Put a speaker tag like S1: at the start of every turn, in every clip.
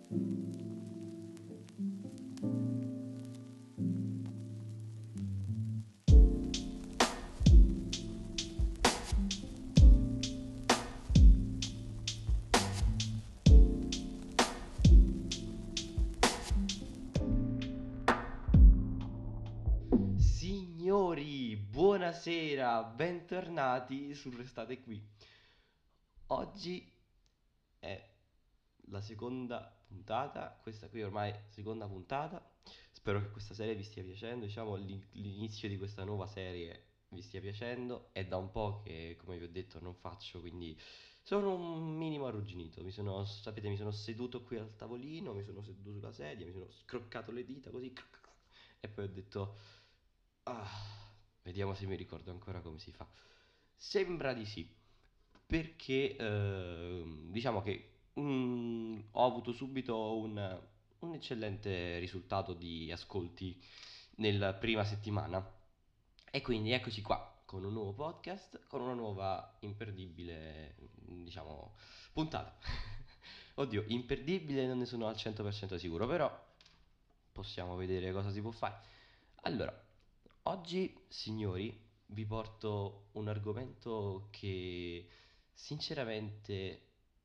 S1: Signori, buonasera, bentornati su Restate Qui. Oggi è la seconda puntata, questa qui ormai è seconda puntata. Spero che questa serie vi stia piacendo, diciamo l'inizio di questa nuova serie vi stia piacendo. È da un po' che, come vi ho detto, non faccio, quindi sono un minimo arrugginito. Sapete, mi sono seduto qui al tavolino, mi sono seduto sulla sedia, mi sono scroccato le dita così e poi ho detto ah, vediamo se mi ricordo ancora come si fa. Sembra di sì, perché diciamo che ho avuto subito un eccellente risultato di ascolti nella prima settimana e quindi eccoci qua con un nuovo podcast, con una nuova imperdibile, diciamo, puntata. Oddio, imperdibile non ne sono al 100% sicuro, però possiamo vedere cosa si può fare. Allora, oggi, signori, vi porto un argomento che sinceramente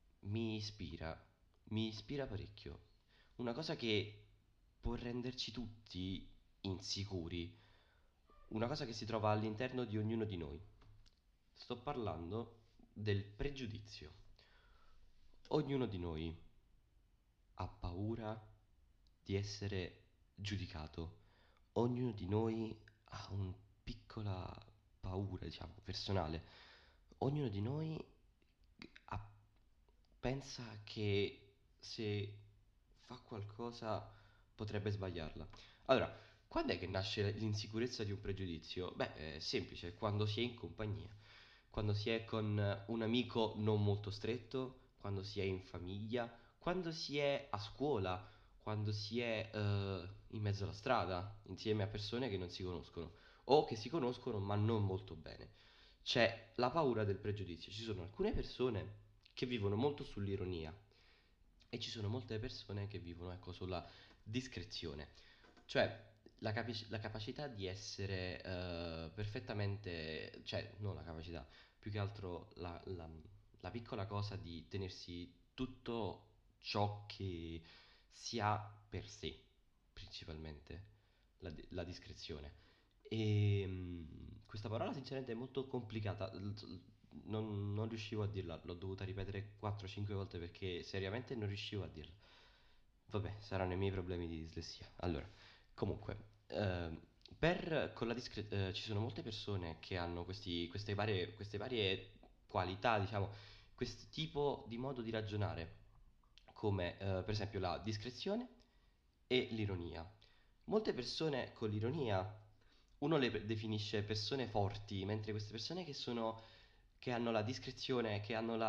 S1: mi ispira parecchio. Una cosa che può renderci tutti insicuri, una cosa che si trova all'interno di ognuno di noi. Sto parlando del pregiudizio. Ognuno di noi ha paura di essere giudicato. Ognuno di noi ha una piccola paura, diciamo, personale. Ognuno di noi ha- pensa che se fa qualcosa potrebbe sbagliarla. Allora, quando è che nasce l'insicurezza di un pregiudizio? Beh, è semplice, quando si è in compagnia, quando si è con un amico non molto stretto, quando si è in famiglia, quando si è a scuola, quando si è in mezzo alla strada, insieme a persone che non si conoscono o che si conoscono ma non molto bene. C'è la paura del pregiudizio. Ci sono alcune persone che vivono molto sull'ironia e ci sono molte persone che vivono, ecco, sulla discrezione. Cioè, la capacità di essere perfettamente, cioè, non la capacità, più che altro la piccola cosa di tenersi tutto ciò che si ha per sé, principalmente, la discrezione. E questa parola sinceramente è molto complicata, non riuscivo a dirla, l'ho dovuta ripetere 4-5 volte perché seriamente non riuscivo a dirla. Vabbè, saranno i miei problemi di dislessia. Allora, comunque, ehm, con ci sono molte persone che hanno queste varie qualità, diciamo, questo tipo di modo di ragionare, come per esempio la discrezione e l'ironia. Molte persone con l'ironia, uno definisce persone forti, mentre queste persone che hanno la discrezione, che hanno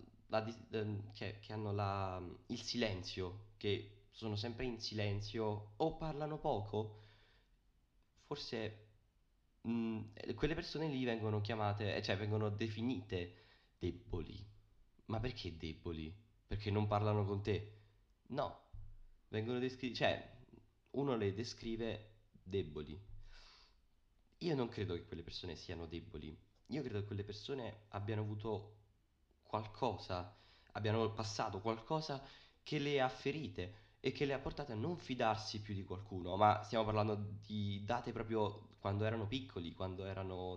S1: che hanno il silenzio, che sono sempre in silenzio o parlano poco, forse quelle persone lì vengono chiamate, cioè vengono definite deboli. Ma perché deboli? Perché non parlano con te? No, cioè uno le descrive deboli. Io non credo che quelle persone siano deboli. Io credo che quelle persone abbiano avuto qualcosa, abbiano passato qualcosa che le ha ferite e che le ha portate a non fidarsi più di qualcuno. Ma stiamo parlando di date proprio quando erano piccoli, quando erano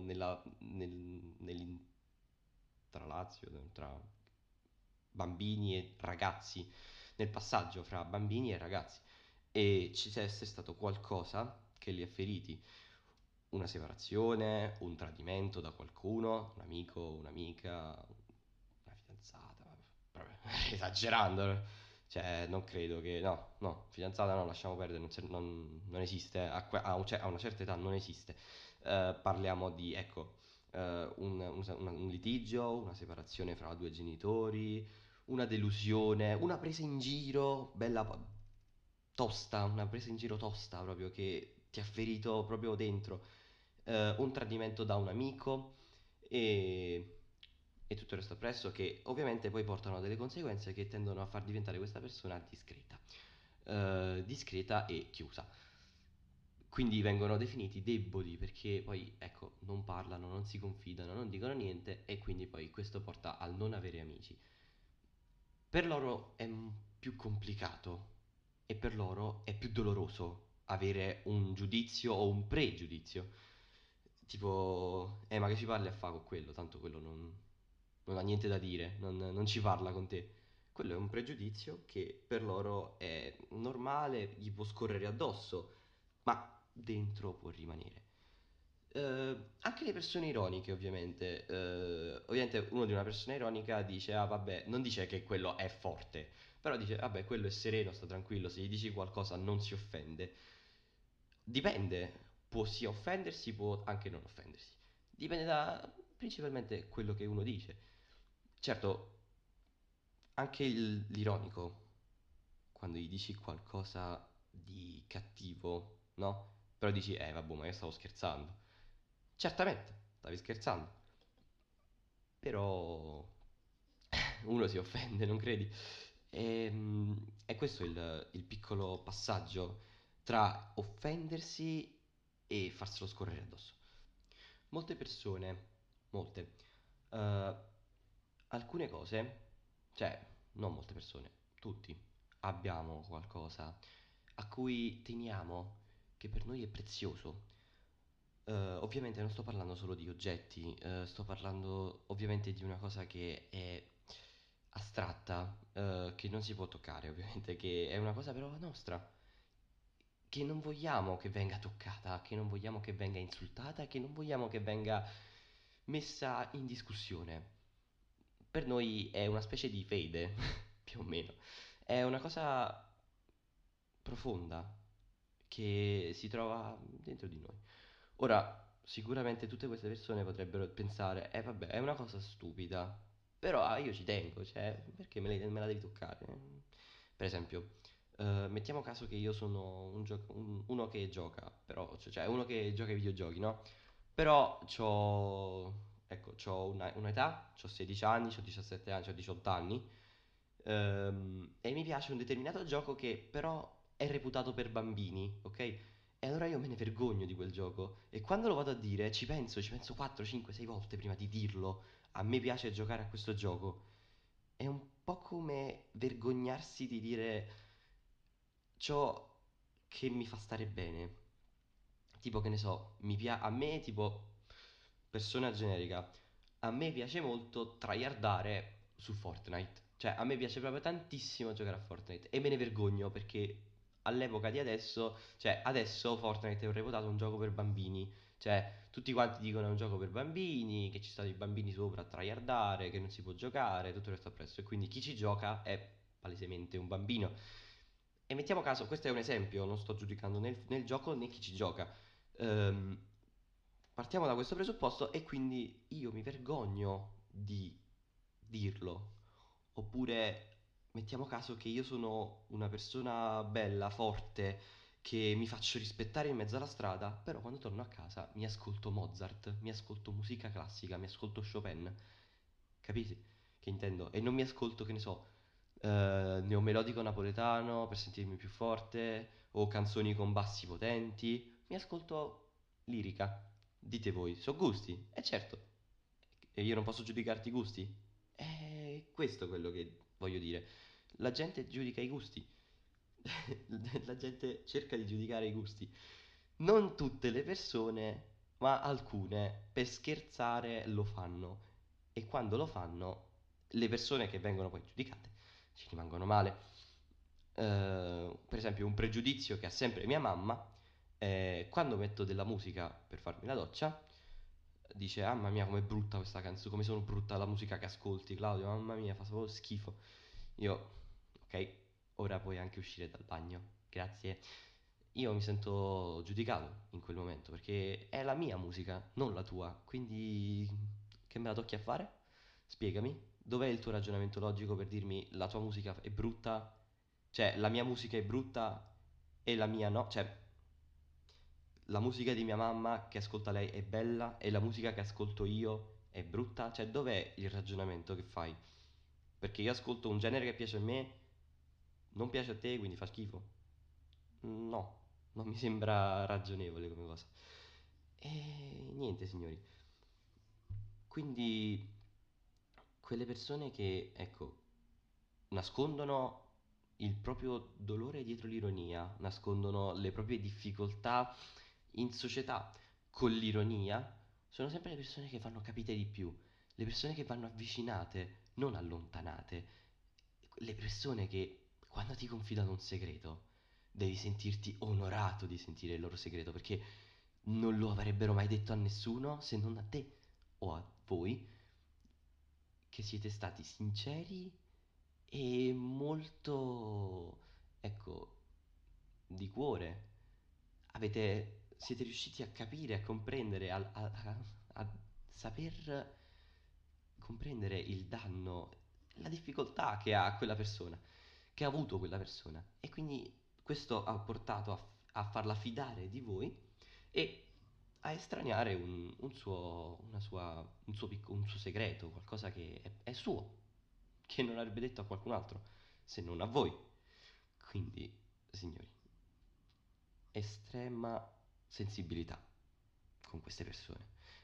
S1: nell'intralazio tra bambini e ragazzi, nel passaggio fra bambini e ragazzi. E ci sia stato qualcosa che li ha feriti, una separazione, un tradimento da qualcuno, un amico, un'amica, una fidanzata, proprio esagerando, cioè non credo che, no, no, fidanzata no, lasciamo perdere, non esiste, a una certa età non esiste. Parliamo di, ecco, un litigio, una separazione fra due genitori, una delusione, una presa in giro, tosta, una presa in giro tosta proprio che ti ha ferito proprio dentro, un tradimento da un amico e e tutto il resto appresso, che ovviamente poi portano a delle conseguenze che tendono a far diventare questa persona discreta. Discreta e chiusa. Quindi vengono definiti deboli perché poi, ecco, non parlano, non si confidano, non dicono niente e quindi poi questo porta al non avere amici. Per loro è più complicato e per loro è più doloroso avere un giudizio o un pregiudizio. Tipo, ma che ci parli a fa con quello? Tanto quello non ha niente da dire, non ci parla con te. Quello è un pregiudizio che per loro è normale, gli può scorrere addosso, ma dentro può rimanere. Anche le persone ironiche, ovviamente. Ovviamente uno di una persona ironica dice, ah vabbè, non dice che quello è forte, però dice, vabbè, quello è sereno, sta tranquillo, se gli dici qualcosa non si offende. Dipende, può sia offendersi, può anche non offendersi. Dipende da principalmente quello che uno dice. Certo, anche l'ironico, quando gli dici qualcosa di cattivo, no? Però dici, vabbè, ma io stavo scherzando. Certamente, stavi scherzando, però uno si offende, non credi? E questo è il piccolo passaggio tra offendersi e farselo scorrere addosso. Molte persone, molte, eh, alcune cose, cioè non molte persone, tutti abbiamo qualcosa a cui teniamo, che per noi è prezioso. Ovviamente non sto parlando solo di oggetti, sto parlando ovviamente di una cosa che è astratta, che non si può toccare, ovviamente, che è una cosa però nostra, che non vogliamo che venga toccata, che non vogliamo che venga insultata, che non vogliamo che venga messa in discussione. Per noi è una specie di fede, più o meno. È una cosa profonda che si trova dentro di noi. Ora, sicuramente tutte queste persone potrebbero pensare, vabbè, è una cosa stupida, però io ci tengo, cioè, perché me la devi toccare? Per esempio, mettiamo caso che io sono uno che gioca, però, cioè uno che gioca ai videogiochi, no? Però ecco, c'ho un'età, ho 16 anni, ho 17 anni, ho 18 anni, e mi piace un determinato gioco che però è reputato per bambini, ok? E allora io me ne vergogno di quel gioco e quando lo vado a dire ci penso 4, 5, 6 volte prima di dirlo. A me piace giocare a questo gioco. È un po' come vergognarsi di dire ciò che mi fa stare bene. Tipo che ne so, a me tipo persona generica, a me piace molto tryhardare su Fortnite. Cioè, a me piace proprio tantissimo giocare a Fortnite e me ne vergogno perché all'epoca di adesso, cioè adesso Fortnite è reputato un gioco per bambini. Cioè, tutti quanti dicono è un gioco per bambini, che ci stanno i bambini sopra a tryhardare, che non si può giocare, tutto il resto appresso. E quindi chi ci gioca è palesemente un bambino. E mettiamo caso, questo è un esempio, non sto giudicando nel gioco né chi ci gioca. Ehm, Partiamo da questo presupposto e quindi io mi vergogno di dirlo. Oppure mettiamo caso che io sono una persona bella, forte, che mi faccio rispettare in mezzo alla strada, però quando torno a casa mi ascolto Mozart, mi ascolto musica classica, mi ascolto Chopin. Capite? Che intendo? E non mi ascolto, che ne so, neomelodico napoletano per sentirmi più forte, o canzoni con bassi potenti. Mi ascolto lirica. Dite voi, so gusti? Certo. E io non posso giudicarti i gusti? È questo quello che voglio dire. La gente giudica i gusti. La gente cerca di giudicare i gusti. Non tutte le persone, ma alcune, per scherzare lo fanno. E quando lo fanno, le persone che vengono poi giudicate ci rimangono male. Per esempio, un pregiudizio che ha sempre mia mamma, quando metto della musica per farmi la doccia, dice: "Ah, mamma mia, com'è brutta questa canzone, come sono brutta la musica che ascolti, Claudio, mamma mia, fa solo schifo." Io, ok, ora puoi anche uscire dal bagno, grazie. Io mi sento giudicato in quel momento perché è la mia musica, non la tua. Quindi che me la tocchi a fare? Spiegami, dov'è il tuo ragionamento logico per dirmi la tua musica è brutta? Cioè, la mia musica è brutta e la mia no? Cioè, la musica di mia mamma che ascolta lei è bella e la musica che ascolto io è brutta? Cioè, dov'è il ragionamento che fai? Perché io ascolto un genere che piace a me, non piace a te, quindi fa schifo? No, non mi sembra ragionevole come cosa. E niente, signori. Quindi quelle persone che, ecco, nascondono il proprio dolore dietro l'ironia, nascondono le proprie difficoltà in società con l'ironia, sono sempre le persone che vanno capite di più, le persone che vanno avvicinate, non allontanate, le persone che quando ti confidano un segreto devi sentirti onorato di sentire il loro segreto perché non lo avrebbero mai detto a nessuno se non a te o a voi che siete stati sinceri e molto, ecco, di cuore. Siete riusciti a capire, a comprendere, a saper comprendere il danno, la difficoltà che ha quella persona, che ha avuto quella persona. E quindi questo ha portato a farla fidare di voi e a estraniare un suo segreto, qualcosa che è suo, che non avrebbe detto a qualcun altro, se non a voi. Quindi, signori, estrema sensibilità con queste persone,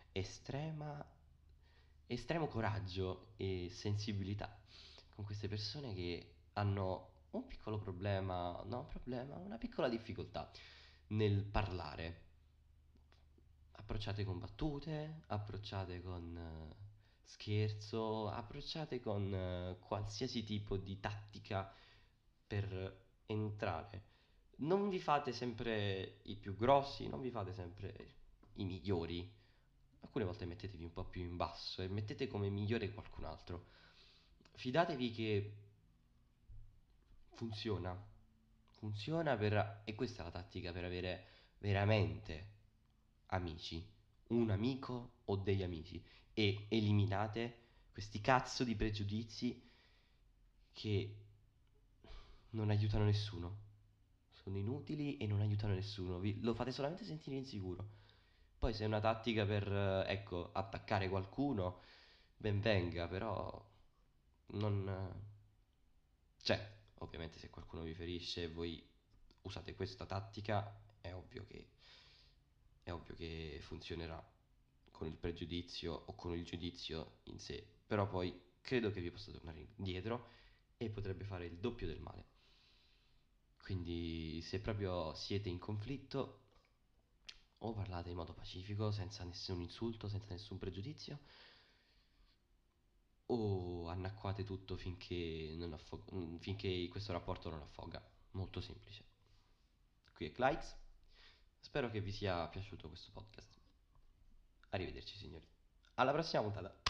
S1: estremo coraggio e sensibilità con queste persone che hanno un piccolo problema, no, un problema, una piccola difficoltà nel parlare. Approcciate con battute, approcciate con scherzo, approcciate con qualsiasi tipo di tattica per entrare. Non vi fate sempre i più grossi, non vi fate sempre i migliori. Alcune volte mettetevi un po' più in basso e mettete come migliore qualcun altro. Fidatevi che funziona. Funziona per... E questa è la tattica per avere veramente amici. Un amico o degli amici. E eliminate questi cazzo di pregiudizi che non aiutano nessuno. Sono inutili e non aiutano nessuno. Lo fate solamente sentire insicuro. Poi se è una tattica per, ecco, attaccare qualcuno, ben venga, però non... Cioè, ovviamente se qualcuno vi ferisce e voi usate questa tattica, è ovvio che funzionerà con il pregiudizio o con il giudizio in sé, però poi credo che vi possa tornare indietro e potrebbe fare il doppio del male. Quindi se proprio siete in conflitto, o parlate in modo pacifico, senza nessun insulto, senza nessun pregiudizio, o annacquate tutto finché questo rapporto non affoga. Molto semplice. Qui è Clydes. Spero che vi sia piaciuto questo podcast. Arrivederci, signori. Alla prossima puntata.